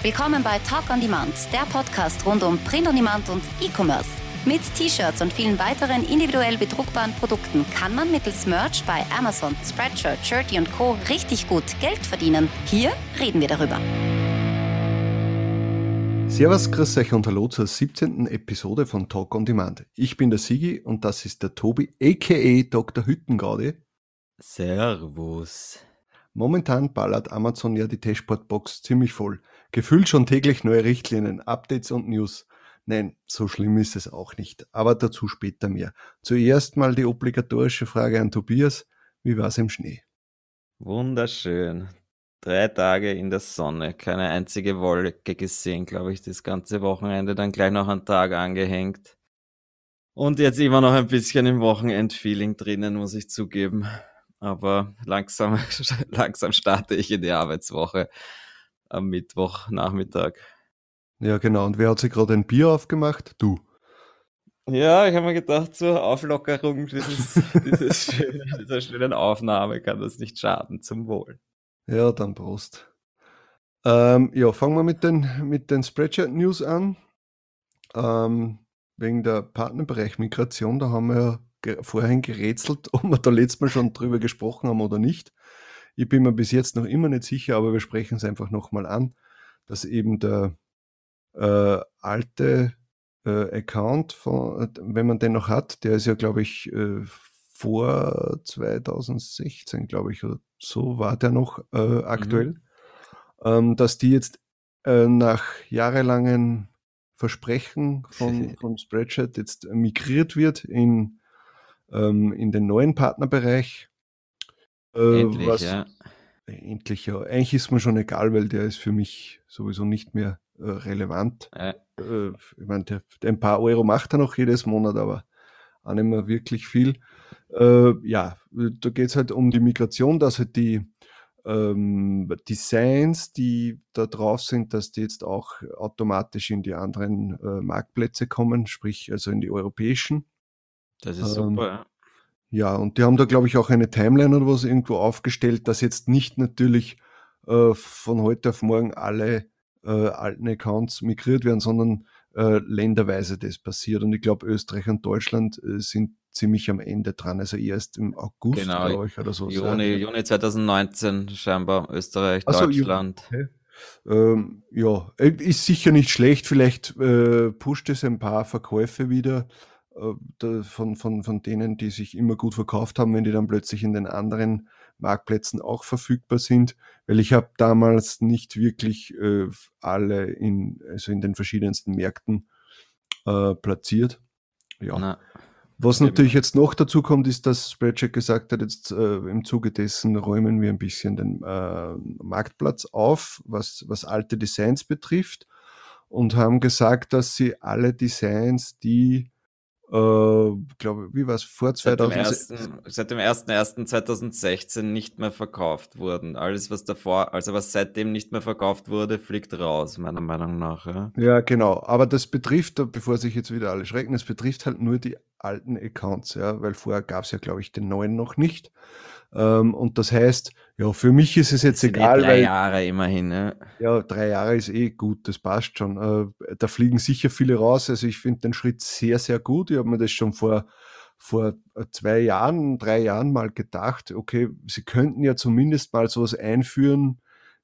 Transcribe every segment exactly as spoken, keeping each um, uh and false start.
Willkommen bei Talk on Demand, der Podcast rund um Print on Demand und E-Commerce. Mit T-Shirts und vielen weiteren individuell bedruckbaren Produkten kann man mittels Merch bei Amazon, Spreadshirt, Shirty und Co. richtig gut Geld verdienen. Hier reden wir darüber. Servus, grüß euch und hallo zur siebzehnten Episode von Talk on Demand. Ich bin der Sigi und das ist der Tobi, aka Doktor Hüttengaudi. Servus. Momentan ballert Amazon ja die Dashboard-Box ziemlich voll. Gefühlt schon täglich neue Richtlinien, Updates und News. Nein, so schlimm ist es auch nicht, aber dazu später mehr. Zuerst mal die obligatorische Frage an Tobias. Wie war's im Schnee? Wunderschön. Drei Tage in der Sonne, keine einzige Wolke gesehen, glaube ich, das ganze Wochenende, dann gleich noch einen Tag angehängt. Und jetzt immer noch ein bisschen im Wochenend-Feeling drinnen, muss ich zugeben. Aber langsam, langsam starte ich in die Arbeitswoche am Mittwochnachmittag. Ja, genau. Und wer hat sich gerade ein Bier aufgemacht? Du. Ja, ich habe mir gedacht, zur Auflockerung dieses, dieses schönen, dieser schönen Aufnahme kann das nicht schaden, zum Wohl. Ja, dann Prost. Ähm, ja, fangen wir mit den, mit den Spreadshirt-News an. Ähm, wegen der Partnerbereich Migration, da haben wir ja ge- vorhin gerätselt, ob wir da letztes Mal schon drüber gesprochen haben oder nicht. Ich bin mir bis jetzt noch immer nicht sicher, aber wir sprechen es einfach nochmal an, dass eben der äh, alte äh, Account, von, wenn man den noch hat, der ist ja, glaube ich, äh, vor zweitausendsechzehn, glaube ich, oder so war der noch äh, aktuell, Mhm. ähm, dass die jetzt äh, nach jahrelangen Versprechen von, von Spreadshirt jetzt migriert wird in, ähm, in den neuen Partnerbereich. Äh, Endlich, was, ja. Endlich, ja. Eigentlich ist mir schon egal, weil der ist für mich sowieso nicht mehr äh, relevant. Ja. Äh, ich meine, der, der ein paar Euro macht er noch jedes Monat, aber auch nicht mehr wirklich viel. Äh, ja, da geht es halt um die Migration, dass halt die ähm, Designs, die da drauf sind, dass die jetzt auch automatisch in die anderen äh, Marktplätze kommen, sprich also in die europäischen. Das ist Ähm, super, ja. ja, und die haben da, glaube ich, auch eine Timeline oder was irgendwo aufgestellt, dass jetzt nicht natürlich äh, von heute auf morgen alle äh, alten Accounts migriert werden, sondern äh, länderweise das passiert. Und ich glaube, Österreich und Deutschland äh, sind ziemlich am Ende dran, also erst im August, Genau, glaube ich, oder so. Juni, Juni zweitausendneunzehn scheinbar, Österreich, Also, Deutschland. okay. Ähm, ja, äh, ist sicher nicht schlecht. Vielleicht äh, pusht es ein paar Verkäufe wieder äh, da, von, von, von denen, die sich immer gut verkauft haben, wenn die dann plötzlich in den anderen Marktplätzen auch verfügbar sind. Weil ich habe damals nicht wirklich äh, alle in, also in den verschiedensten Märkten äh, platziert. Ja. Na, Was eben. natürlich jetzt noch dazu kommt, ist, dass Spreadshirt gesagt hat, jetzt äh, im Zuge dessen räumen wir ein bisschen den äh, Marktplatz auf, was, was alte Designs betrifft, und haben gesagt, dass sie alle Designs, die, äh, glaube wie war es, vor Seit dem zweitausendsechzehn, ersten, seit dem ersten ersten zweitausendsechzehn nicht mehr verkauft wurden. Alles, was davor, also was seitdem nicht mehr verkauft wurde, fliegt raus, meiner Meinung nach. Ja. ja, genau. Aber das betrifft, bevor sich jetzt wieder alle schrecken, das betrifft halt nur die alten Accounts, ja, weil vorher gab es ja, glaube ich, den neuen noch nicht. Ähm, und das heißt, ja, für mich ist es Das jetzt sind eh egal, drei weil Jahre immerhin. Ja. ja, drei Jahre ist eh gut, das passt schon. Äh, da fliegen sicher viele raus. Also ich finde den Schritt sehr, sehr gut. Ich habe mir das schon vor, vor äh, zwei Jahren, drei Jahren mal gedacht, okay, sie könnten ja zumindest mal sowas einführen,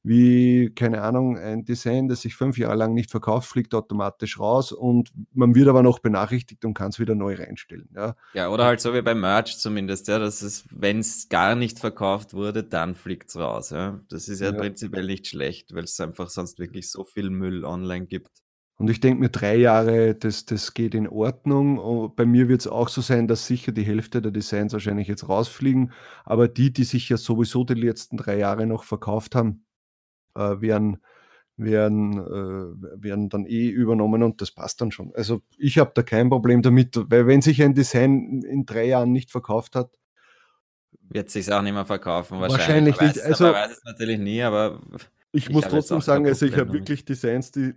wie, keine Ahnung, ein Design, das sich fünf Jahre lang nicht verkauft, fliegt automatisch raus und man wird aber noch benachrichtigt und kann es wieder neu reinstellen. Ja. Ja, oder halt so wie beim Merch zumindest, ja, dass es, wenn es gar nicht verkauft wurde, dann fliegt's raus, ja. Das ist ja, Ja. prinzipiell nicht schlecht, weil es einfach sonst wirklich so viel Müll online gibt. Und ich denke mir, drei Jahre, das, das geht in Ordnung. Und bei mir wird es auch so sein, dass sicher die Hälfte der Designs wahrscheinlich jetzt rausfliegen. Aber die, die sich ja sowieso die letzten drei Jahre noch verkauft haben, äh, werden, werden, äh, werden dann eh übernommen und das passt dann schon. Also ich habe da kein Problem damit, weil wenn sich ein Design in drei Jahren nicht verkauft hat, Wird sich's auch nicht mehr verkaufen, wahrscheinlich wahrscheinlich. Man weiß nicht. es, Also man weiß es natürlich nie, aber ich ich muss habe jetzt trotzdem auch kein sagen, also ich Problem habe damit. wirklich Designs, die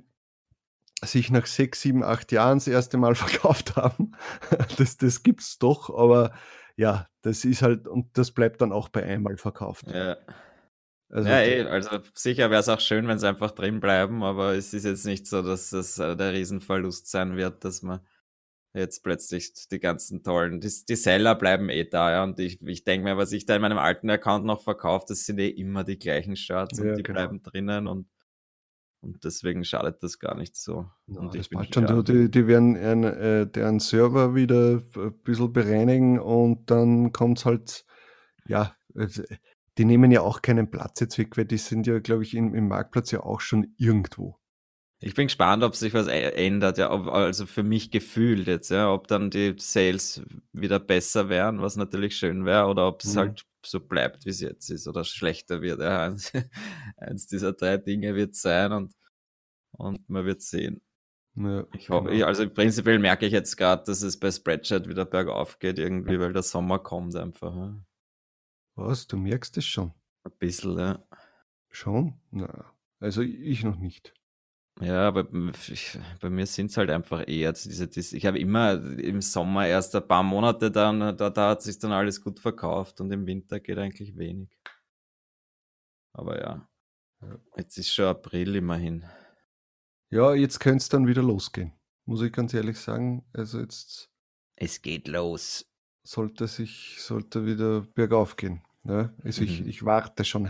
sich nach sechs, sieben, acht Jahren das erste Mal verkauft haben. Das, das gibt's doch, aber ja, das ist halt, und das bleibt dann auch bei einmal verkauft. Ja. Also Ja, da, eh, also sicher wäre es auch schön, wenn sie einfach drin bleiben, aber es ist jetzt nicht so, dass das äh, der Riesenverlust sein wird, dass man jetzt plötzlich die ganzen tollen, die, die Seller bleiben eh da, ja, und ich, ich denke mir, was ich da in meinem alten Account noch verkaufe, das sind eh immer die gleichen Shirts und ja, die genau. bleiben drinnen und, und deswegen schadet das gar nicht so. Na, Und das ich bin, passt schon. ja, Du, die, die werden ihren, äh, deren Server wieder ein bisschen bereinigen und dann kommt es halt, ja, also, die nehmen ja auch keinen Platz jetzt weg, weil die sind ja, glaube ich, im, im Marktplatz ja auch schon irgendwo. ich bin gespannt, ob sich was ä- ändert, ja, ob, also für mich gefühlt jetzt, ja, ob dann die Sales wieder besser wären, was natürlich schön wäre, oder ob es Mhm. halt so bleibt, wie es jetzt ist, oder schlechter wird. Ja. Eins, eins dieser drei Dinge wird sein und, und man wird sehen. Ja, Ich hoffe, genau. also prinzipiell merke ich jetzt gerade, dass es bei Spreadshirt wieder bergauf geht, irgendwie, weil der Sommer kommt einfach. Ja. Was? Du merkst es schon? Ein bisschen, ja. Schon? Na, also ich noch nicht. Ja, aber ich, bei mir sind es halt einfach eher so diese, diese ich habe immer im Sommer erst ein paar Monate dann, da, da hat sich dann alles gut verkauft und im Winter geht eigentlich wenig. Aber ja, Ja, jetzt ist schon April immerhin. ja, jetzt könnte es dann wieder losgehen. Muss ich ganz ehrlich sagen. Also jetzt Es geht los. sollte sich, sollte wieder bergauf gehen. Ja, also ich, Mhm. ich warte schon.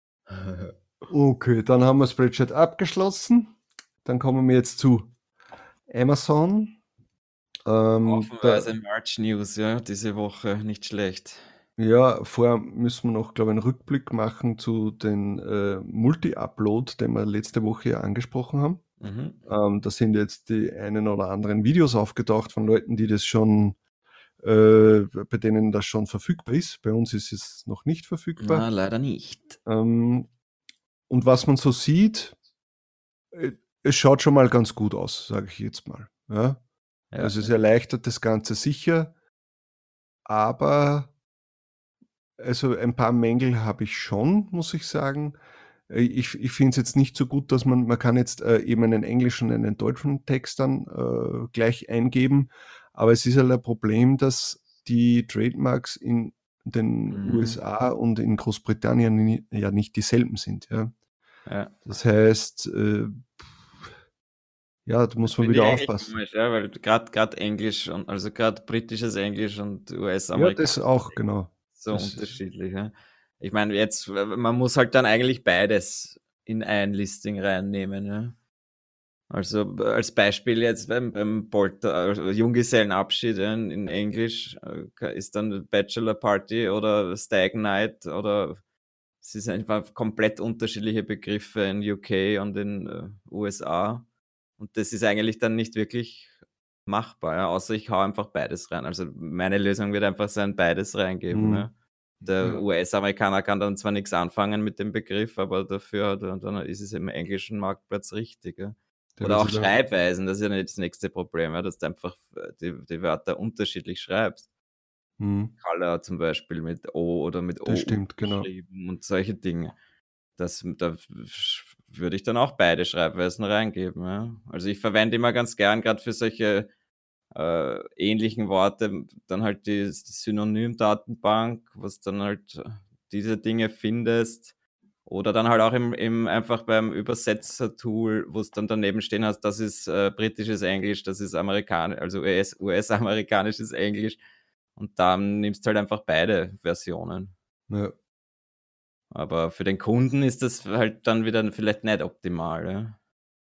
Okay, dann haben wir Spreadshirt abgeschlossen. Dann kommen wir jetzt zu Amazon. Ähm, da, Haufenweise March News, ja, diese Woche, nicht schlecht. ja, vorher müssen wir noch, glaube ich, einen Rückblick machen zu den äh, Multi-Upload, den wir letzte Woche ja angesprochen haben. Mhm. Ähm, da sind jetzt die einen oder anderen Videos aufgetaucht von Leuten, die das schon, äh, bei denen das schon verfügbar ist. Bei uns ist es noch nicht verfügbar. Na, leider nicht. Ähm, und was man so sieht, äh, es schaut schon mal ganz gut aus, sage ich jetzt mal. Ja? Ja. Also es erleichtert das Ganze sicher, aber also ein paar Mängel habe ich schon, muss ich sagen. Äh, Ich, ich finde es jetzt nicht so gut, dass man, man kann jetzt äh, eben einen englischen und einen deutschen Text dann äh, gleich eingeben, aber es ist halt ein Problem, dass die Trademarks in den Mhm. U S A und in Großbritannien ni- ja nicht dieselben sind. Ja. Ja. Das heißt, äh, ja, da muss man Finde ich wieder eigentlich aufpassen. komisch, ja, weil gerade gerade Englisch und also gerade britisches Englisch und Ja, US-amerikanisches das auch, genau. so Das ist, unterschiedlich. Ja. Ich meine, jetzt, äh, man muss halt dann eigentlich beides in ein Listing reinnehmen. Ja. Also äh, als Beispiel jetzt beim, beim Polter, also Junggesellenabschied ja, in in Englisch äh, ist dann Bachelor Party oder Stag Night oder es ist einfach komplett unterschiedliche Begriffe in U K und in äh, U S A. Und das ist eigentlich dann nicht wirklich machbar, ja, außer ich hau einfach beides rein. Also meine Lösung wird einfach sein, beides reingeben. hm, Ja. Der ja, U S-Amerikaner kann dann zwar nichts anfangen mit dem Begriff, aber dafür hat er, dann ist es im englischen Marktplatz richtig. Ja. der Oder wird auch sich da, Schreibweisen, das ist ja nicht das nächste Problem, ja, dass du einfach äh, die, die Wörter unterschiedlich schreibst. hm, Color zum Beispiel mit O oder mit das O U stimmt, genau. geschrieben und solche Dinge. Das, da würde ich dann auch beide Schreibweisen reingeben. Ja. Also ich verwende immer ganz gern, gerade für solche äh, ähnlichen Worte, dann halt die, die Synonym-Datenbank, was dann halt äh, diese Dinge findest. Oder dann halt auch im, im einfach beim Übersetzer-Tool, wo es dann daneben stehen hast, das ist äh, britisches Englisch, das ist amerikanisch, also U S, U S-amerikanisches Englisch. Und dann nimmst du halt einfach beide Versionen. Ja, Aber für den Kunden ist das halt dann wieder vielleicht nicht optimal. Ja.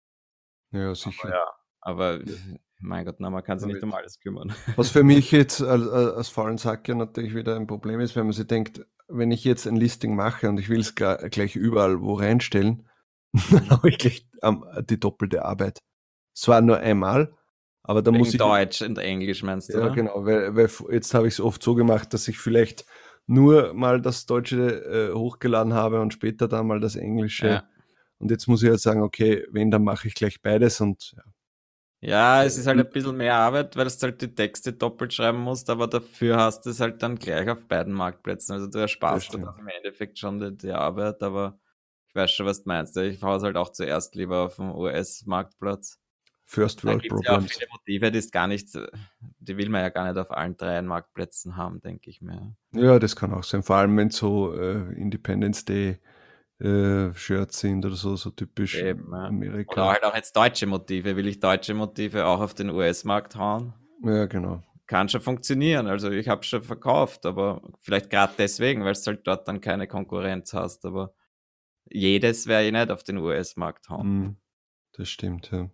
ja, Aber sicher. ja, aber Ja, mein Gott, na, man kann sich aber nicht um jetzt. alles kümmern. Was für mich jetzt als, als faulen Sack ja natürlich wieder ein Problem ist, wenn man sich denkt, wenn ich jetzt ein Listing mache und ich will es gleich überall wo reinstellen, dann habe ich gleich ähm, die doppelte Arbeit. Zwar nur einmal, aber da muss Wegen ich, Deutsch und Englisch meinst du, ja oder? genau, weil, weil f- jetzt habe ich es oft so gemacht, dass ich vielleicht nur mal das Deutsche äh, hochgeladen habe und später dann mal das Englische. Ja. Und jetzt muss ich halt sagen, okay, wenn, dann mache ich gleich beides und ja. Ja, es ist halt ein bisschen mehr Arbeit, weil du halt die Texte doppelt schreiben musst, aber dafür hast du es halt dann gleich auf beiden Marktplätzen. Also du Das ersparst dir stimmt. dann im Endeffekt schon die, die Arbeit, aber ich weiß schon, was du meinst. Ich hau es halt auch zuerst lieber auf dem U S-Marktplatz. First Da World gibt es ja auch Problems. viele Motive, die ist gar nicht, die will man ja gar nicht auf allen drei Marktplätzen haben, denke ich mir. Ja, das kann auch sein. Vor allem, wenn so äh, Independence Day äh, Shirts sind oder so, so typisch Eben, ja. Amerika. Oder halt auch jetzt deutsche Motive. Will ich deutsche Motive auch auf den U S-Markt hauen? Ja, genau. Kann schon funktionieren. Also ich habe schon verkauft, aber vielleicht gerade deswegen, weil du halt dort dann keine Konkurrenz hast. Aber jedes werde ich nicht auf den U S-Markt hauen. Mhm. Das stimmt, ja.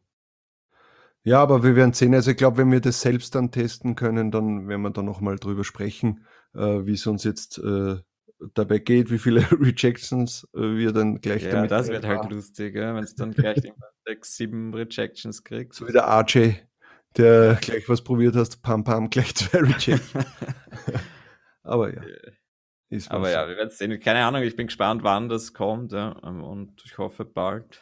Ja, aber wir werden sehen. Also ich glaube, wenn wir das selbst dann testen können, dann werden wir da nochmal drüber sprechen, äh, wie es uns jetzt äh, dabei geht, wie viele Rejections äh, wir dann gleich Ja, damit das wird halt haben. lustig, ja, wenn du dann gleich immer sechs, sieben Rejections kriegst. So wie der R J, der gleich was probiert hast, pam pam, gleich zwei Rejections. Aber ja, ist Aber was. ja, wir werden es sehen. Keine Ahnung, ich bin gespannt, wann das kommt, ja, und ich hoffe bald.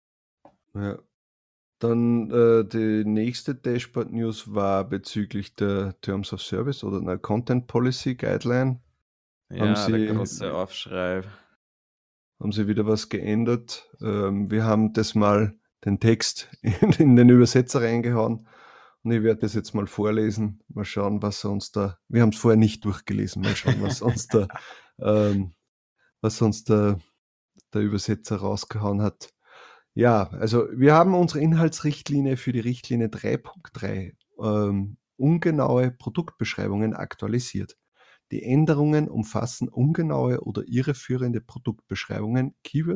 Ja. Dann äh, die nächste Dashboard-News war bezüglich der Terms of Service oder einer Content Policy Guideline. Ja, Haben Sie- der große Aufschrei. Haben sie wieder was geändert. Ähm, wir haben das mal den Text in, in den Übersetzer reingehauen und ich werde das jetzt mal vorlesen. Mal schauen, was er uns da. Wir haben es vorher nicht durchgelesen. Mal schauen, was uns da, ähm, was uns da der Übersetzer rausgehauen hat. Ja, also wir haben unsere Inhaltsrichtlinie für die Richtlinie drei Punkt drei ähm, ungenaue Produktbeschreibungen aktualisiert. Die Änderungen umfassen ungenaue oder irreführende Produktbeschreibungen,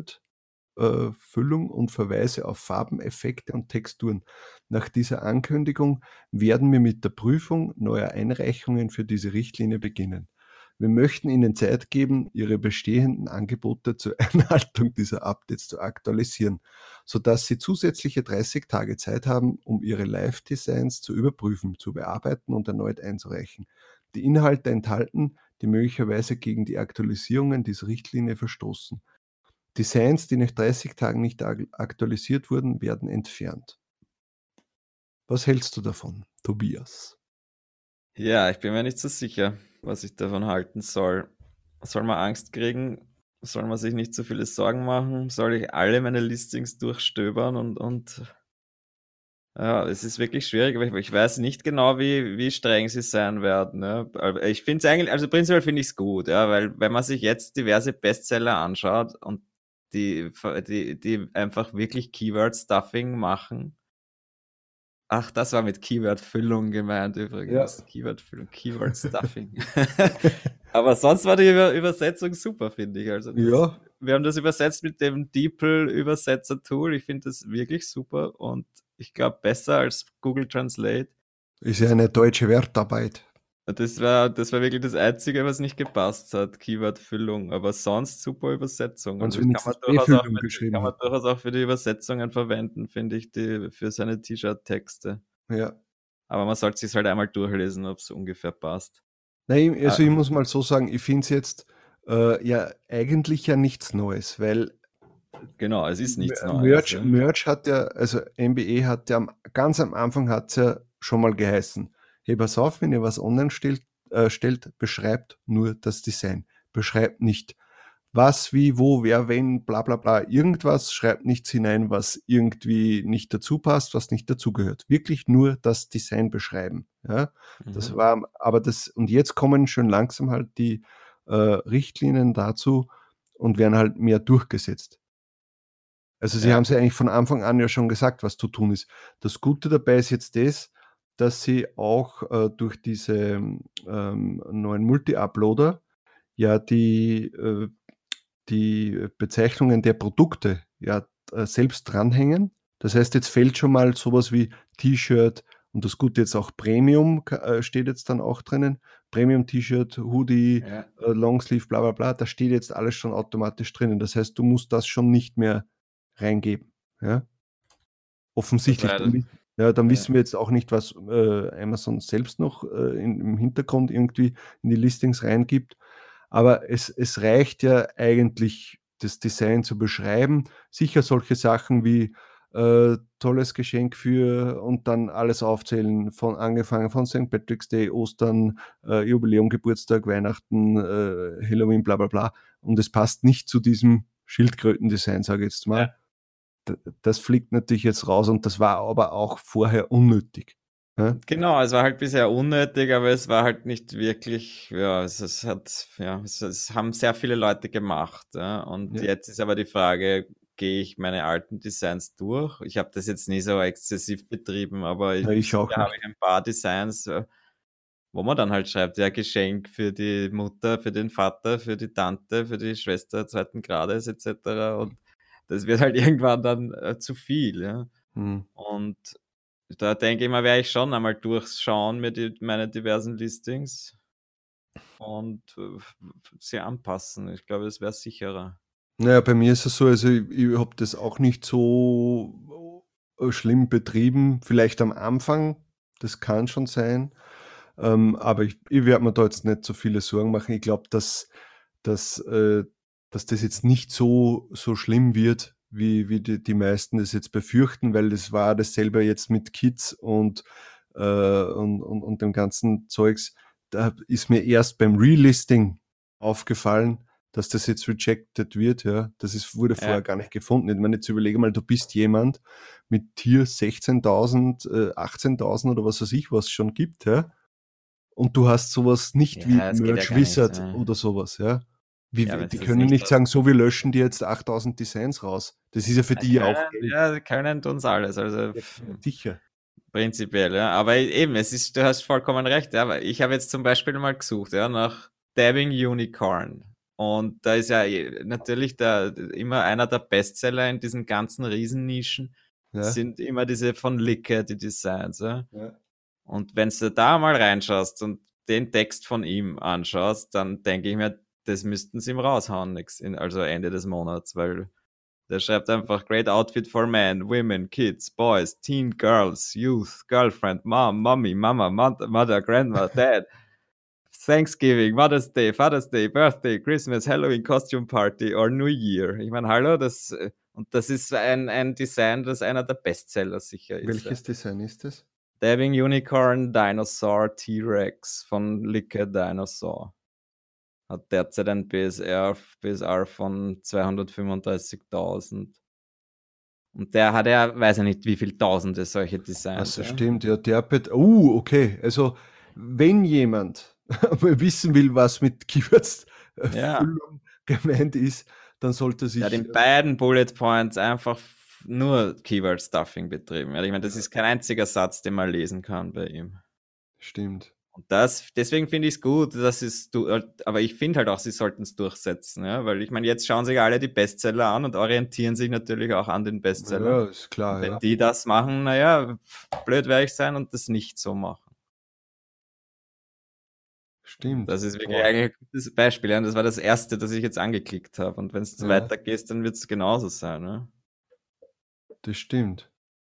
Keyword-Füllung und Verweise auf Farben, Effekte und Texturen. Nach dieser Ankündigung werden wir mit der Prüfung neuer Einreichungen für diese Richtlinie beginnen. Wir möchten Ihnen Zeit geben, Ihre bestehenden Angebote zur Einhaltung dieser Updates zu aktualisieren, sodass Sie zusätzliche dreißig Tage Zeit haben, um Ihre Live-Designs zu überprüfen, zu bearbeiten und erneut einzureichen. Die Inhalte enthalten, die möglicherweise gegen die Aktualisierungen dieser Richtlinie verstoßen. Designs, die nach dreißig Tagen nicht aktualisiert wurden, werden entfernt. Was hältst du davon, Tobias? Ja, ich bin mir nicht so sicher, was ich davon halten soll. Soll man Angst kriegen? Soll man sich nicht so viele Sorgen machen? Soll ich alle meine Listings durchstöbern und, und ja, es ist wirklich schwierig, aber ich, ich weiß nicht genau, wie, wie streng sie sein werden. Ja. Ich finde es eigentlich, also prinzipiell finde ich es gut, ja, weil wenn man sich jetzt diverse Bestseller anschaut und die, die, die einfach wirklich Keyword-Stuffing machen. Ach, das war mit Keyword-Füllung gemeint übrigens. Ja. Keyword-Füllung, Keyword-Stuffing. Aber sonst war die Über- Übersetzung super, finde ich. Also das, Ja. Wir haben das übersetzt mit dem DeepL-Übersetzer-Tool. Ich finde das wirklich super und ich glaube besser als Google Translate. Ist ja eine deutsche Wertarbeit. Das war, das war wirklich das Einzige, was nicht gepasst hat, Keyword-Füllung. Aber sonst super Übersetzung. Wenn's Also das kann man, wenigstens durchaus auch, Befüllung mit, geschrieben kann man hat. durchaus auch für die Übersetzungen verwenden, finde ich, die für seine T-Shirt-Texte. Ja. Aber man sollte sich halt einmal durchlesen, ob es ungefähr passt. Nein, also Ah. ich muss mal so sagen, ich finde es jetzt äh, ja eigentlich ja nichts Neues, weil Genau, es ist nichts Neues. Merch, Ja. Merch hat ja, also M B E hat ja am, ganz am Anfang hat es ja schon mal geheißen, hey, pass auf, wenn ihr was online stellt, äh, stellt, beschreibt nur das Design. Beschreibt nicht was, wie, wo, wer, wenn, bla bla bla, irgendwas, schreibt nichts hinein, was irgendwie nicht dazu passt, was nicht dazugehört. Wirklich nur das Design beschreiben. Ja? Mhm. Das war, aber das, und jetzt kommen schon langsam halt die äh, Richtlinien dazu und werden halt mehr durchgesetzt. Also sie Ja. haben es ja eigentlich von Anfang an ja schon gesagt, was zu tun ist. Das Gute dabei ist jetzt das, dass sie auch äh, durch diese ähm, neuen Multi-Uploader ja die, äh, die Bezeichnungen der Produkte ja äh, selbst dranhängen. Das heißt, jetzt fällt schon mal sowas wie T-Shirt und das Gute jetzt auch Premium äh, steht jetzt dann auch drinnen. Premium-T-Shirt, Hoodie, Ja. äh, Longsleeve, bla bla bla, da steht jetzt alles schon automatisch drinnen. Das heißt, du musst das schon nicht mehr reingeben. Ja? Offensichtlich. Das war ja Dann, ja, dann ja. wissen wir jetzt auch nicht, was äh, Amazon selbst noch äh, in, im Hintergrund irgendwie in die Listings reingibt. Aber es, es reicht ja eigentlich, das Design zu beschreiben. Sicher solche Sachen wie äh, tolles Geschenk für und dann alles aufzählen, von angefangen von Sankt Patrick's Day, Ostern, äh, Jubiläum, Geburtstag, Weihnachten, äh, Halloween, bla bla bla. Und es passt nicht zu diesem Schildkröten-Design, sage ich jetzt mal. Ja. D- Das fliegt natürlich jetzt raus und das war aber auch vorher unnötig. Ja? Genau, es war halt bisher unnötig, aber es war halt nicht wirklich, ja, es, es hat, ja, es, es haben sehr viele Leute gemacht. Ja? Und Ja. jetzt ist aber die Frage, gehe ich meine alten Designs durch? Ich habe das jetzt nie so exzessiv betrieben, aber Ja, ich auch sicher habe nicht. ich ein paar Designs, äh, wo man dann halt schreibt, ja, Geschenk für die Mutter, für den Vater, für die Tante, für die Schwester zweiten Grades et cetera. Und das wird halt irgendwann dann äh, zu viel, ja. Hm. Und da denke ich mal, werde ich schon einmal durchschauen mit die, meine diversen Listings und äh, sie anpassen. Ich glaube, es wäre sicherer. Naja, bei mir ist es so, also ich, ich habe das auch nicht so äh, schlimm betrieben. Vielleicht am Anfang, das kann schon sein. Ähm, aber ich, ich werde mir da jetzt nicht so viele Sorgen machen. Ich glaube, dass, dass, äh, dass das jetzt nicht so, so schlimm wird, wie, wie die, die meisten das jetzt befürchten, weil das war dasselbe jetzt mit Kids und, äh, und, und, und dem ganzen Zeugs. Da ist mir erst beim Relisting aufgefallen, dass das jetzt rejected wird. Ja. Das ist, wurde vorher Ja. gar nicht gefunden. Ich meine, jetzt überlege mal, du bist jemand mit Tier sechzehntausend, äh, achtzehntausend oder was weiß ich, was es schon gibt, ja. Und du hast sowas nicht Ja, wie das geht ja Merch gar nicht, Wizard ja. oder sowas, ja. Wie, Ja, die wenn's das können nicht nicht hast. sagen, so, wir löschen dir jetzt achttausend Designs raus. Das ist ja für die auch Können, Geld. ja, können uns alles. Also Ja, pff, sicher. prinzipiell, ja. Aber eben, es ist, du hast vollkommen recht, ja. Aber ich habe jetzt zum Beispiel mal gesucht, ja, nach Dabbing Unicorn. Und da ist ja eh- natürlich der, immer einer der Bestseller in diesen ganzen Riesennischen, Ja. sind immer diese von Licke, die Designs, ja. Ja. Und wenn du da mal reinschaust und den Text von ihm anschaust, dann denke ich mir, das müssten sie ihm raushauen, nix in, also Ende des Monats, weil der schreibt einfach Great Outfit for Men, Women, Kids, Boys, Teen Girls, Youth, Girlfriend, Mom, Mommy, Mama, Mother, Mother Grandma, Dad, Thanksgiving, Mother's Day, Father's Day, Birthday, Christmas, Halloween, Costume Party or New Year. Ich meine, hallo, das, äh, und das ist ein, ein Design, das einer der Bestseller sicher ist. Welches Ja. Design ist das? Dabbing Unicorn Dinosaur T-Rex von Licke Dinosaur. Hat derzeit ein B S R, B S R von zweihundertfünfunddreißigtausend. Und der hat ja, weiß ich nicht, wie viel Tausende solche Designs. Also Ja. stimmt, ja, der Bet uh, okay. Also, wenn jemand mal wissen will, was mit Keywords äh, Ja. Füllung gemeint ist, dann sollte sich. Der hat in beiden Bullet Points einfach f- nur Keyword Stuffing betrieben. Ja, ich meine, das ist kein einziger Satz, den man lesen kann bei ihm. Stimmt. Und das, deswegen finde ich es gut, dass es, du, aber ich finde halt auch, sie sollten es durchsetzen, ja, weil ich meine, jetzt schauen sich alle die Bestseller an und orientieren sich natürlich auch an den Bestsellern. Ja, ist klar. Und wenn Ja. die das machen, naja, blöd werde ich sein und das nicht so machen. Stimmt. Das ist wirklich Boah. eigentlich ein gutes Beispiel. Ja. Und das war das erste, das ich jetzt angeklickt habe. Und wenn es Ja. weitergeht, dann wird es genauso sein. Ne? Das stimmt.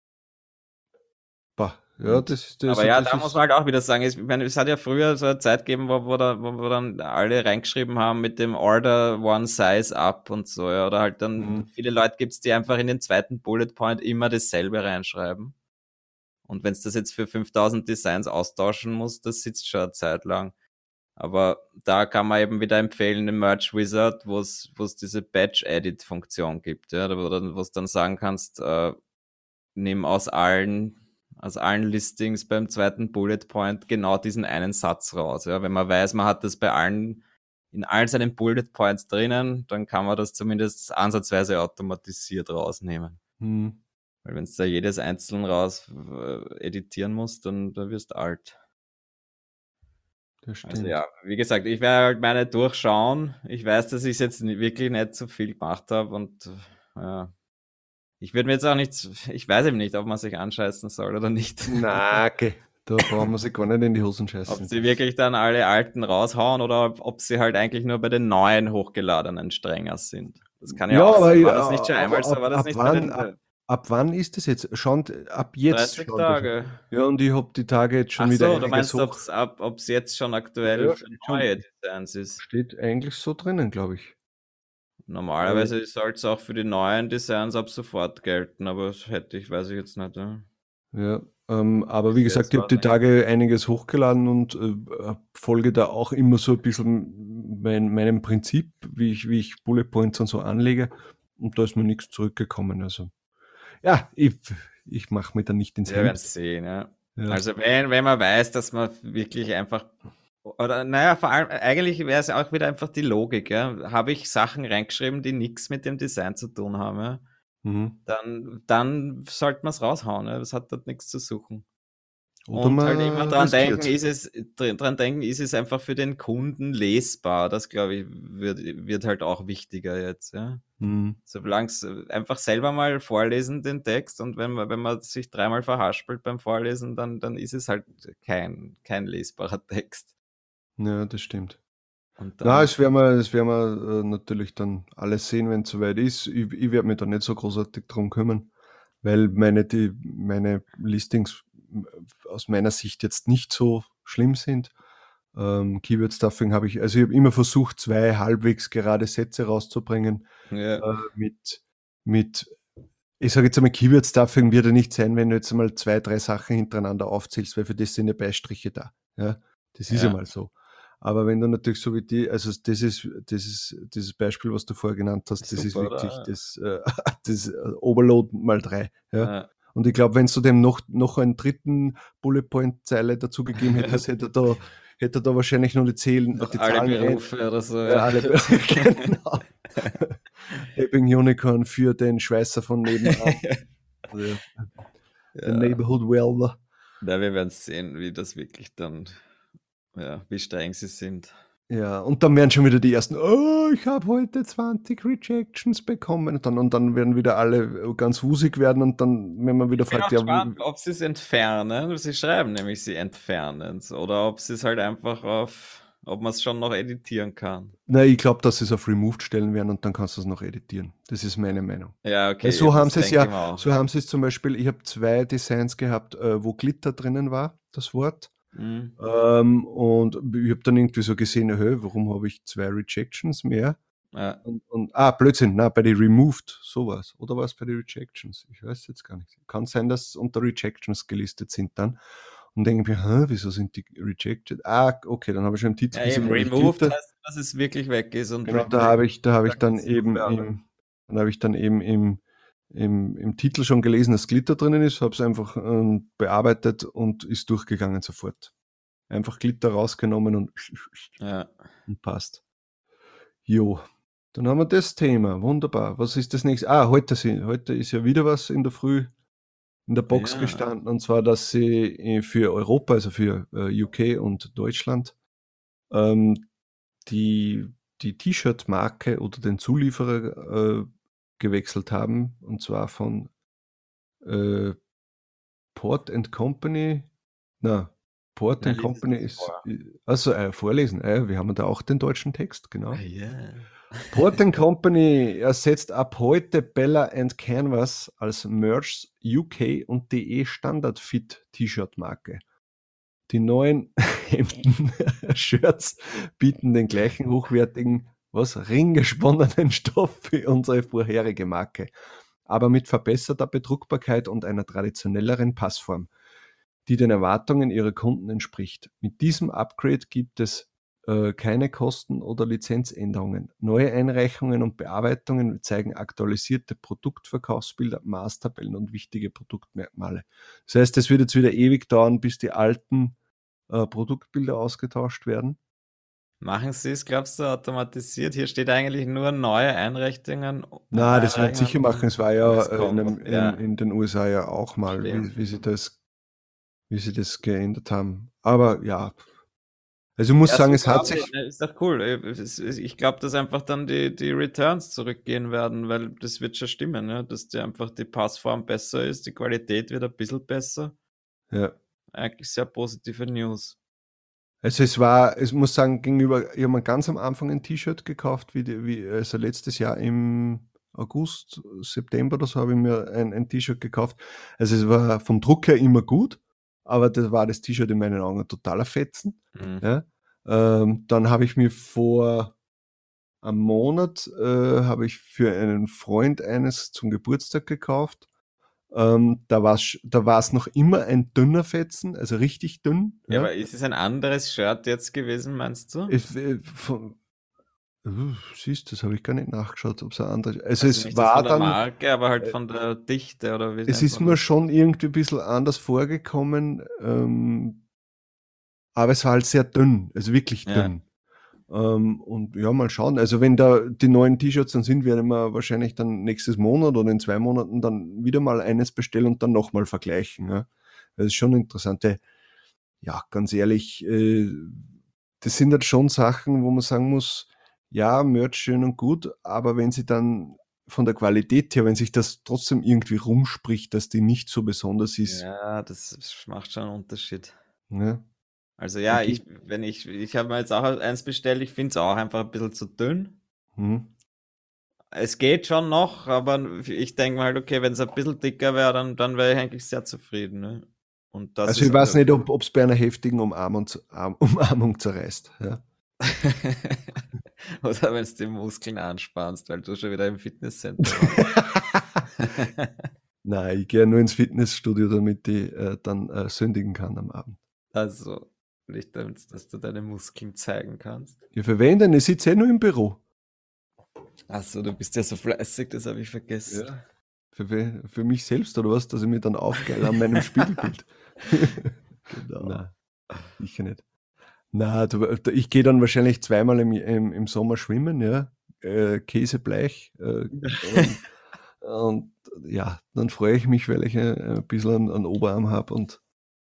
Bah, ja, Und, das, das, aber ja, das da ist, muss man halt auch wieder sagen, ich meine, es hat ja früher so eine Zeit gegeben, wo, wo, da, wo, wo dann alle reingeschrieben haben mit dem Order One Size Up und so. Ja. Oder halt dann Mhm. viele Leute gibt es, die einfach in den zweiten Bullet Point immer dasselbe reinschreiben. Und wenn es das jetzt für fünftausend Designs austauschen muss, das sitzt schon eine Zeit lang. Aber da kann man eben wieder empfehlen, den Merch Wizard, wo es diese Batch-Edit-Funktion gibt, ja, wo du dann sagen kannst, äh, nimm aus allen, aus allen Listings beim zweiten Bullet Point genau diesen einen Satz raus. Ja. Wenn man weiß, man hat das bei allen, in allen seinen Bullet Points drinnen, dann kann man das zumindest ansatzweise automatisiert rausnehmen. Mhm. Weil wenn du da jedes einzeln raus äh, editieren musst, dann, dann wirst du alt. Das stimmt. Also ja, wie gesagt, ich werde halt meine durchschauen. Ich weiß, dass ich jetzt wirklich nicht so viel gemacht habe und äh, ja. Ich würde mir jetzt auch nicht, ich weiß eben nicht, ob man sich anscheißen soll oder nicht. Na, okay. Da brauchen wir sich gar nicht in die Hosen Ob scheißen. sie wirklich dann alle alten raushauen oder ob, ob sie halt eigentlich nur bei den neuen hochgeladenen strenger sind. Das kann ja, Ja, auch aber sein. War ja, das nicht schon aber einmal so? ab- War das ab nicht wann- bei den ab- Ab wann ist das jetzt? Schon ab jetzt dreißig schon. Tage? Ja, und ich habe die Tage jetzt schon Ach wieder so, du einiges meinst, hoch. ob es jetzt schon aktuell Ja, für steht schon. neue Designs ist? Steht eigentlich so drinnen, glaube ich. Normalerweise soll es auch für die neuen Designs ab sofort gelten, aber das hätte ich, weiß ich jetzt nicht. Ja. Ja, ähm, aber wie Bis gesagt, jetzt ich habe war's die nicht. Tage einiges hochgeladen und äh, folge da auch immer so ein bisschen mein, meinem Prinzip, wie ich, wie ich Bullet Points und so anlege. Und da ist mir nichts zurückgekommen. Also ja, ich, ich mache mir da nicht ins Wir werden Hemd. es sehen, ja. Ja. Also wenn, wenn man weiß, dass man wirklich einfach, oder naja, vor allem, eigentlich wäre es auch wieder einfach die Logik, ja. Habe ich Sachen reingeschrieben, die nichts mit dem Design zu tun haben, ja, Mhm. dann, dann sollte man es raushauen, ja. Das hat dort nichts zu suchen. Oder Und halt immer man dran denken, riskiert. ist es, dr- dran denken, ist es einfach für den Kunden lesbar. Das, glaube ich, wird, wird halt auch wichtiger jetzt, ja. Mhm. Solange es einfach selber mal vorlesen, den Text, und wenn man, wenn man sich dreimal verhaspelt beim Vorlesen, dann, dann ist es halt kein, kein lesbarer Text. Ja, das stimmt. Und Na, dann, es werden wir, das werden wir äh, natürlich dann alles sehen, wenn es soweit ist. Ich, ich werde mich da nicht so großartig drum kümmern, weil meine, die, meine Listings äh, aus meiner Sicht jetzt nicht so schlimm sind. Ähm, Keyword Stuffing habe ich, also ich habe immer versucht, zwei halbwegs gerade Sätze rauszubringen ja, äh, mit, mit, ich sage jetzt einmal, Keyword Stuffing wird ja nicht sein, wenn du jetzt einmal zwei, drei Sachen hintereinander aufzählst, weil für das sind ja Beistriche da. Ja, das ist ja ja, mal so. Aber wenn du natürlich so wie die, also das ist, das ist, dieses Beispiel, was du vorher genannt hast, das ist super, wirklich oder? das, äh, das äh, Overload mal drei. Ja. Ja. Und ich glaube, wenn du dem noch, noch einen dritten Bullet Point Zeile dazu gegeben hättest, hätte er da, hätte er da wahrscheinlich noch die, Zählen, Noch die alle Zahlen rein, Berufe oder so, äh, ja. alle, genau. Epping Unicorn für den Schweißer von nebenan, also, den Ja. Neighborhood Welder. Na, wir werden sehen, wie das wirklich dann, ja, wie streng sie sind. Ja, und dann werden schon wieder die ersten, oh, ich habe heute zwanzig Rejections bekommen. Und dann, und dann werden wieder alle ganz wusig werden und dann, wenn man wieder Ich bin fragt, auch ja, gespannt, ob sie es entfernen. Sie schreiben nämlich, sie entfernen es. Oder ob sie es halt einfach auf, ob man es schon noch editieren kann. na, ich glaube, dass sie es auf Removed stellen werden und dann kannst du es noch editieren. Das ist meine Meinung. Ja, Weil okay, so haben das sie es denke ich ja, mir auch. so haben sie es zum Beispiel, ich habe zwei Designs gehabt, äh, wo Glitter drinnen war, das Wort. Mhm. Ähm, und ich habe dann irgendwie so gesehen, hey, warum habe ich zwei Rejections mehr? Ja. Und, und, ah, Blödsinn, na, bei den Removed, sowas. Oder war es bei den Rejections? Ich weiß jetzt gar nicht. Kann sein, dass unter Rejections gelistet sind dann. Und denke mir, hä, wieso sind die rejected? Ah, okay, dann habe ich schon im Titel Ja, gesehen, eben da habe ich removed Glitter. heißt, dass es wirklich weg ist, und Genau, da rejected habe ich, da habe ich sagt, dann es ist noch eben bearbeitet. im, dann habe ich dann eben im, im, im Titel schon gelesen, dass Glitter drinnen ist, habe es einfach ähm, bearbeitet und ist durchgegangen sofort. Einfach Glitter rausgenommen und, Ja. und passt. Jo, dann haben wir das Thema. Wunderbar. Was ist das nächste? Ah, heute, sind, heute ist ja wieder was in der Früh in der Box Ja. gestanden. Und zwar, dass sie äh, für Europa, also für äh, U K und Deutschland, ähm, die, die T-Shirt-Marke oder den Zulieferer äh, gewechselt haben. Und zwar von äh, Port and Company. Na, Port Na, and lies es Company uns ist. vor. Also äh, vorlesen. Äh, wir haben da auch den deutschen Text, genau. Ah, ja. Port and Company ersetzt ab heute Bella and Canvas als Merch U K und D E Standard-Fit T-Shirt-Marke. Die neuen Hemden, Shirts bieten den gleichen hochwertigen, was ringgesponnenen Stoff wie unsere vorherige Marke, aber mit verbesserter Bedruckbarkeit und einer traditionelleren Passform, die den Erwartungen ihrer Kunden entspricht. Mit diesem Upgrade gibt es äh, keine Kosten oder Lizenzänderungen. Neue Einreichungen und Bearbeitungen zeigen aktualisierte Produktverkaufsbilder, Maßtabellen und wichtige Produktmerkmale. Das heißt, es wird jetzt wieder ewig dauern, bis die alten äh, Produktbilder ausgetauscht werden. Machen Sie es, glaubst du, automatisiert? Hier steht eigentlich nur neue Einrichtungen. Na, das werden sie sicher Einreichungen machen. Es war und ja es äh, in, kommt. einem, in, Ja, in den U S A ja auch mal, stimmt. wie, wie, sie das, wie sie das geändert haben. Aber ja, also ich muss Ja, sagen, es super, hat aber sich, ja, ist doch cool. Es ist- Ich glaube, dass einfach dann die, die Returns zurückgehen werden, weil das wird schon stimmen, ja? Dass die einfach die Passform besser ist, die Qualität wird ein bisschen besser. ja. Eigentlich sehr positive News. Also es war, ich muss sagen, gegenüber, ich habe mir ganz am Anfang ein T-Shirt gekauft, wie, die, wie also letztes Jahr im August, September oder so habe ich mir ein, ein T-Shirt gekauft. Also es war vom Druck her immer gut, aber das war das T-Shirt in meinen Augen ein totaler Fetzen. Mhm. Ja? Ähm, dann habe ich mir vor einem Monat äh, habe ich für einen Freund eines zum Geburtstag gekauft. Ähm, da war es da war's noch immer ein dünner Fetzen, also richtig dünn. Ja, Ja? aber ist es ein anderes Shirt jetzt gewesen, meinst du? Ich, äh, von, Uh, siehst, das habe ich gar nicht nachgeschaut, ob es eine andere. Also, Also es nicht das war von der dann, Marke, aber halt äh, von der Dichte oder wie es nennt ist man mir das? schon irgendwie ein bisschen anders vorgekommen, ähm, aber es war halt sehr dünn, also wirklich Ja, dünn. Ähm, und ja, mal schauen. Also wenn da die neuen T-Shirts dann sind, werden wir wahrscheinlich dann nächstes Monat oder in zwei Monaten dann wieder mal eines bestellen und dann nochmal vergleichen. Ja. Das ist schon interessant. Weil, ja, ganz ehrlich, äh, das sind halt schon Sachen, wo man sagen muss, ja, Merch schön und gut, aber wenn sie dann von der Qualität her, wenn sich das trotzdem irgendwie rumspricht, dass die nicht so besonders ist, ja, das macht schon einen Unterschied. ne? Also Da ja, ich, gibt, wenn ich, ich habe mir jetzt auch eins bestellt, ich finde es auch einfach ein bisschen zu dünn. hm. Es geht schon noch, aber ich denke mal, halt, okay, wenn es ein bisschen dicker wäre, dann, dann wäre ich eigentlich sehr zufrieden. Ne? Und das Also ich ist weiß halt. nicht, ob es bei einer heftigen Umarmung, Arm- Umarmung zerreißt. Ja. Oder wenn du die Muskeln anspannst, weil du schon wieder im Fitnesscenter warst. Nein, ich gehe nur ins Fitnessstudio, damit ich äh, dann äh, sündigen kann am Abend. Also, nicht damit, dass du deine Muskeln zeigen kannst. Ja, für wen denn? Ich sitze eh nur im Büro. Achso, du bist ja so fleißig, das habe ich vergessen. Ja. Für, we- für mich selbst oder was, dass ich mir dann aufgeile an meinem Spiegelbild. Genau. Nein, sicher nicht. Na, du, ich gehe dann wahrscheinlich zweimal im, im, im Sommer schwimmen, ja. Äh, Käsebleich. Äh, und, und ja, dann freue ich mich, weil ich ein, ein bisschen einen, einen Oberarm habe und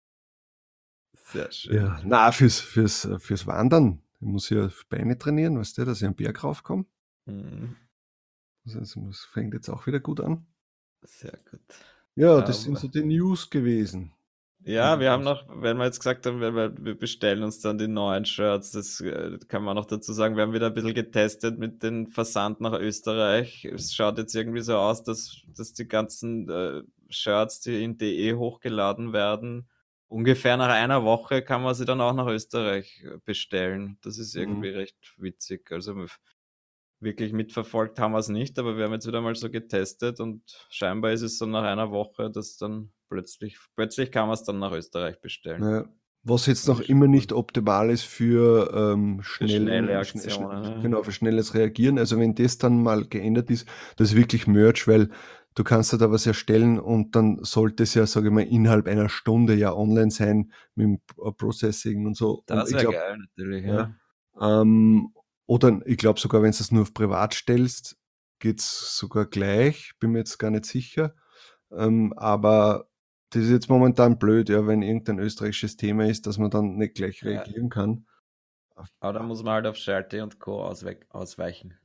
Sehr schön. ja, na, fürs, fürs, fürs Wandern. Ich muss ja Beine trainieren, weißt du, dass ich am Berg raufkomme. Mhm. Also es fängt jetzt auch wieder gut an. Sehr gut. Ja, das sind Aber, so die News gewesen. ja, wir haben noch, wenn wir jetzt gesagt haben, wir, wir bestellen uns dann die neuen Shirts, das äh, kann man noch dazu sagen, wir haben wieder ein bisschen getestet mit dem Versand nach Österreich. Es schaut jetzt irgendwie so aus, dass, dass die ganzen äh, Shirts, die in D E hochgeladen werden, ungefähr nach einer Woche kann man sie dann auch nach Österreich äh, bestellen. Das ist irgendwie Mhm. recht witzig. Also wirklich mitverfolgt haben wir es nicht, aber wir haben jetzt wieder mal so getestet und scheinbar ist es so nach einer Woche, dass dann plötzlich, plötzlich kann man es dann nach Österreich bestellen. Ja, was jetzt Das noch ist schon immer cool. nicht optimal ist für ähm, Für schnelle schnellen, schn schn Aktionen. Ja. genau, für schnelles Reagieren. Also wenn das dann mal geändert ist, das ist wirklich Merch, weil du kannst da was erstellen und dann sollte es ja, sage ich mal, innerhalb einer Stunde ja online sein mit dem P- Processing und so. Und Das ich wäre glaube, geil, natürlich, ja, ja. ähm, oder ich glaube sogar, wenn du es nur auf privat stellst, geht's sogar gleich, bin mir jetzt gar nicht sicher. Ähm, aber das ist jetzt momentan blöd, ja, wenn irgendein österreichisches Thema ist, dass man dann nicht gleich Ja. reagieren kann. Aber da muss man halt auf Shelty und Co. Auswe ausweichen.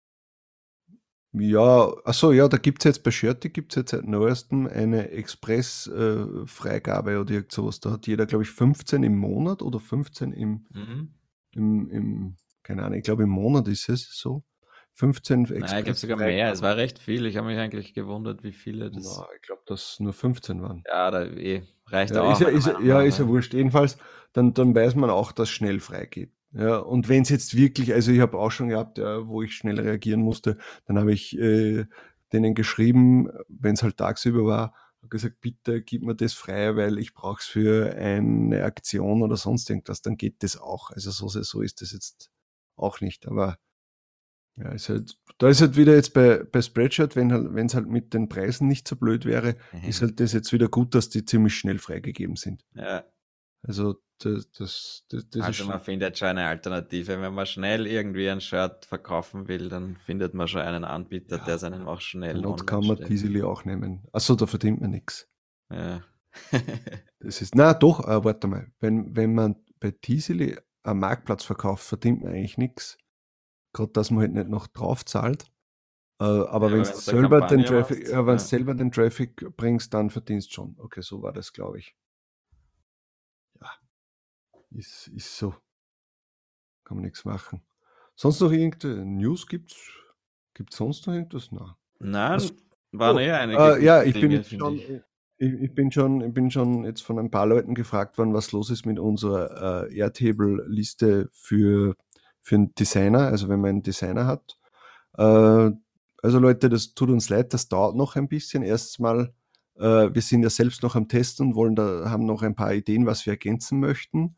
Ja, achso, ja, da gibt es jetzt bei Shirty gibt es jetzt seit neuestem eine Express-Freigabe oder irgend sowas. Da hat jeder, glaube ich, fünfzehn im Monat oder fünfzehn im, Mhm. im, im keine Ahnung, ich glaube im Monat ist es so. fünfzehn Nein, ich glaube sogar mehr. Es Express-Freigaben. war recht viel. Ich habe mich eigentlich gewundert, wie viele das. Na, ich glaube, dass nur fünfzehn waren. Ja, da eh, reicht Ja, auch ist ja, meiner ist, ja- Meinung ja, nach. ist ja Ja. wurscht. Jedenfalls, dann, dann weiß man auch, dass schnell freigeht. Ja, und wenn es jetzt wirklich, also ich habe auch schon gehabt, ja, wo ich schnell reagieren musste, dann habe ich äh, denen geschrieben, wenn es halt tagsüber war, habe gesagt, bitte gib mir das frei, weil ich brauche es für eine Aktion oder sonst irgendwas, dann geht das auch. Also so, so ist das jetzt auch nicht. Aber ja, ist halt, da ist halt wieder jetzt bei, bei Spreadshirt, wenn halt, wenn es halt mit den Preisen nicht so blöd wäre, ist Mhm. halt das jetzt wieder gut, dass die ziemlich schnell freigegeben sind. Ja. Also das, das, das, das ist Also man schon. findet schon eine Alternative. Wenn man schnell irgendwie ein Shirt verkaufen will, dann findet man schon einen Anbieter, Ja, der es einem auch zur schnell Not online kann man stellt. Teasily auch nehmen. Achso, da verdient man nichts. Ja. Das ist, na doch, äh, warte mal. Wenn, wenn man bei Teasily einen Marktplatz verkauft, verdient man eigentlich nichts. Gerade, dass man halt nicht noch drauf zahlt. Äh, aber Ja, wenn aber du wenn du eine selber den Kampagne Traffic, machst, ja, wenn du ja. selber den Traffic bringst, dann verdienst du schon. Okay, so war das, glaube ich. Ja, ist, ist so. Kann man nichts machen. Sonst noch irgendeine News gibt's? Gibt sonst noch irgendwas? Nein. Nein, Was, waren oh, eh einige äh, ja, gute ich bin Dinge, jetzt finde schon, ich. ich, ich bin schon, ich bin schon jetzt von ein paar Leuten gefragt worden, was los ist mit unserer äh, Airtable-Liste für, für einen Designer, also wenn man einen Designer hat. Äh, also Leute, das tut uns leid, das dauert noch ein bisschen. Erstens mal, äh, wir sind ja selbst noch am Testen und wollen da, haben noch ein paar Ideen, was wir ergänzen möchten.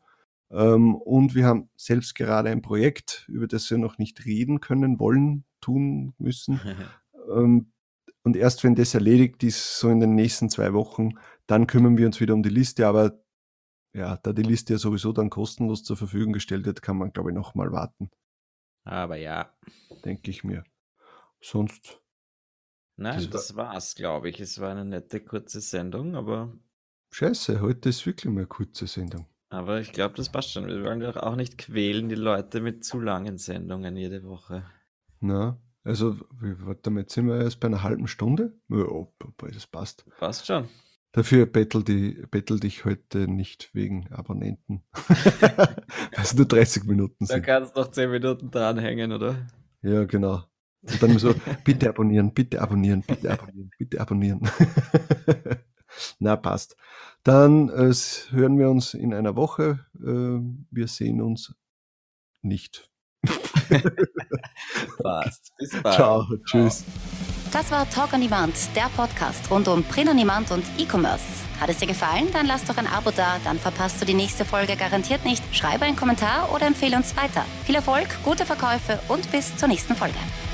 Ähm, und wir haben selbst gerade ein Projekt, über das wir noch nicht reden können, wollen, tun müssen. ähm, und erst wenn das erledigt ist, so in den nächsten zwei Wochen, dann kümmern wir uns wieder um die Liste. Aber ja, da die Liste ja sowieso dann kostenlos zur Verfügung gestellt wird, kann man, glaube ich, noch mal warten. Aber ja. Denke ich mir. Sonst... Nein, Das das, war- war's, glaube ich. Es war eine nette, kurze Sendung, aber, Scheiße, heute ist wirklich mal eine kurze Sendung. aber ich glaube, das passt schon. Wir wollen doch auch nicht quälen, die Leute mit zu langen Sendungen jede Woche. Na, also, wie- warte mal, jetzt sind wir erst bei einer halben Stunde? Ja, aber das passt. Passt schon. Dafür bettel, die, bettel dich heute nicht wegen Abonnenten. Weil es nur dreißig Minuten Da sind. kannst du noch zehn Minuten dranhängen, oder? Ja, genau. Und dann so, bitte abonnieren, bitte abonnieren, bitte abonnieren, bitte abonnieren. Na, passt. Dann äh, s- hören wir uns in einer Woche. Äh, wir sehen uns nicht. Passt. Bis bald. Ciao, tschüss. Das war Talk on Demand, der Podcast rund um Print on Demand und E-Commerce. Hat es dir gefallen? Dann lass doch ein Abo da, dann verpasst du die nächste Folge garantiert nicht. Schreibe einen Kommentar oder empfehle uns weiter. Viel Erfolg, gute Verkäufe und bis zur nächsten Folge.